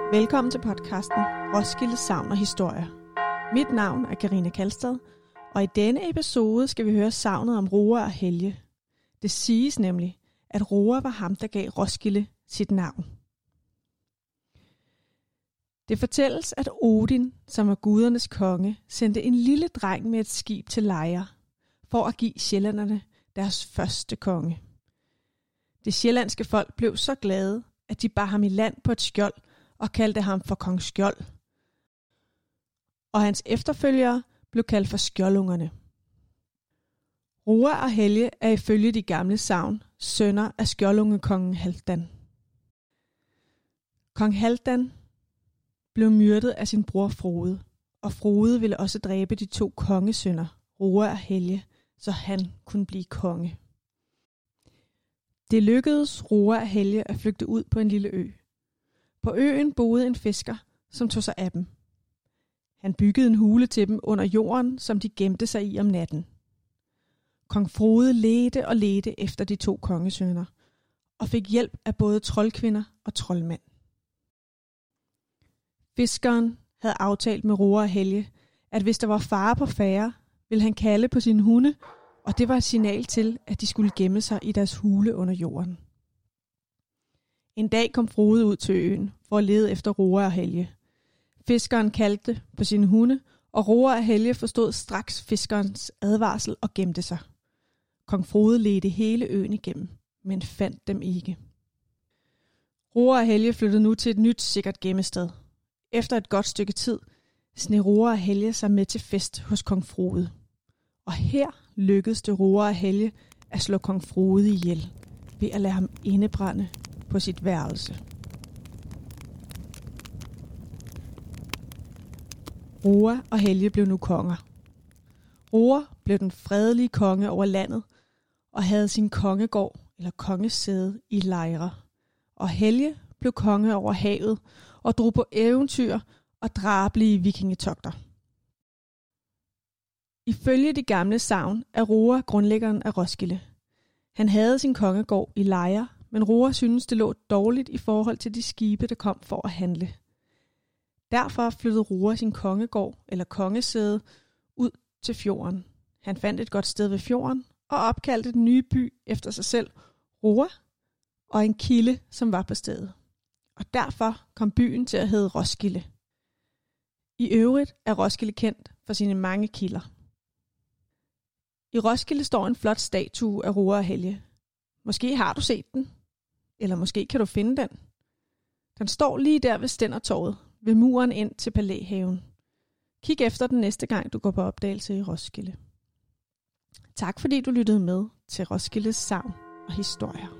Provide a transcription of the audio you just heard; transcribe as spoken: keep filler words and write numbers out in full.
Velkommen til podcasten Roskilde Sagn og Historier. Mit navn er Karina Kalstad, og i denne episode skal vi høre sagnet om Roar og Helge. Det siges nemlig, at Roar var ham, der gav Roskilde sit navn. Det fortælles, at Odin, som var gudernes konge, sendte en lille dreng med et skib til Lejre, for at give sjællænderne deres første konge. Det sjællandske folk blev så glade, at de bar ham i land på et skjold og kaldte ham for Kong Skjold. Og hans efterfølgere blev kaldt for skjoldungerne. Roar og Helge er ifølge de gamle sagn sønner af skjoldungekongen Halfdan. Kong Halfdan blev myrdet af sin bror Frode, og Frode ville også dræbe de to kongesønner, Roar og Helge, så han kunne blive konge. Det lykkedes Roar og Helge at flygte ud på en lille ø. På øen boede en fisker, som tog sig af dem. Han byggede en hule til dem under jorden, som de gemte sig i om natten. Kong Frode ledte og ledte efter de to kongesønner, og fik hjælp af både troldkvinder og troldmænd. Fiskeren havde aftalt med Roar og Helge, at hvis der var fare på færde, ville han kalde på sine hunde, og det var et signal til, at de skulle gemme sig i deres hule under jorden. En dag kom Frode ud til øen for at lede efter Roar og Helge. Fiskeren kaldte på sine hunde, og Roar og Helge forstod straks fiskerens advarsel og gemte sig. Kong Frode ledte hele øen igennem, men fandt dem ikke. Roar og Helge flyttede nu til et nyt sikkert gemmested. Efter et godt stykke tid sneg Roar og Helge sig med til fest hos Kong Frode. Og her lykkedes det Roar og Helge at slå Kong Frode ihjel ved at lade ham indebrænde på sit værelse. Roar og Helge blev nu konger. Roar blev den fredelige konge over landet og havde sin kongegård eller kongesæde i Lejre. Og Helge blev konge over havet og drog på eventyr og drabelige vikingetogter. Ifølge de gamle sagn er Roar grundlæggeren af Roskilde. Han havde sin kongegård i Lejre, men Roar syntes, det lå dårligt i forhold til de skibe, der kom for at handle. Derfor flyttede Roar sin kongegård eller kongesæde ud til fjorden. Han fandt et godt sted ved fjorden og opkaldte den nye by efter sig selv, Roar, og en kilde, som var på stedet. Og derfor kom byen til at hedde Roskilde. I øvrigt er Roskilde kendt for sine mange kilder. I Roskilde står en flot statue af Roar og Helge. Måske har du set den, eller måske kan du finde den. Den står lige der ved Stændertorvet, ved muren ind til Palæhaven. Kig efter den næste gang, du går på opdagelse i Roskilde. Tak fordi du lyttede med til Roskildes Sagn og Historier.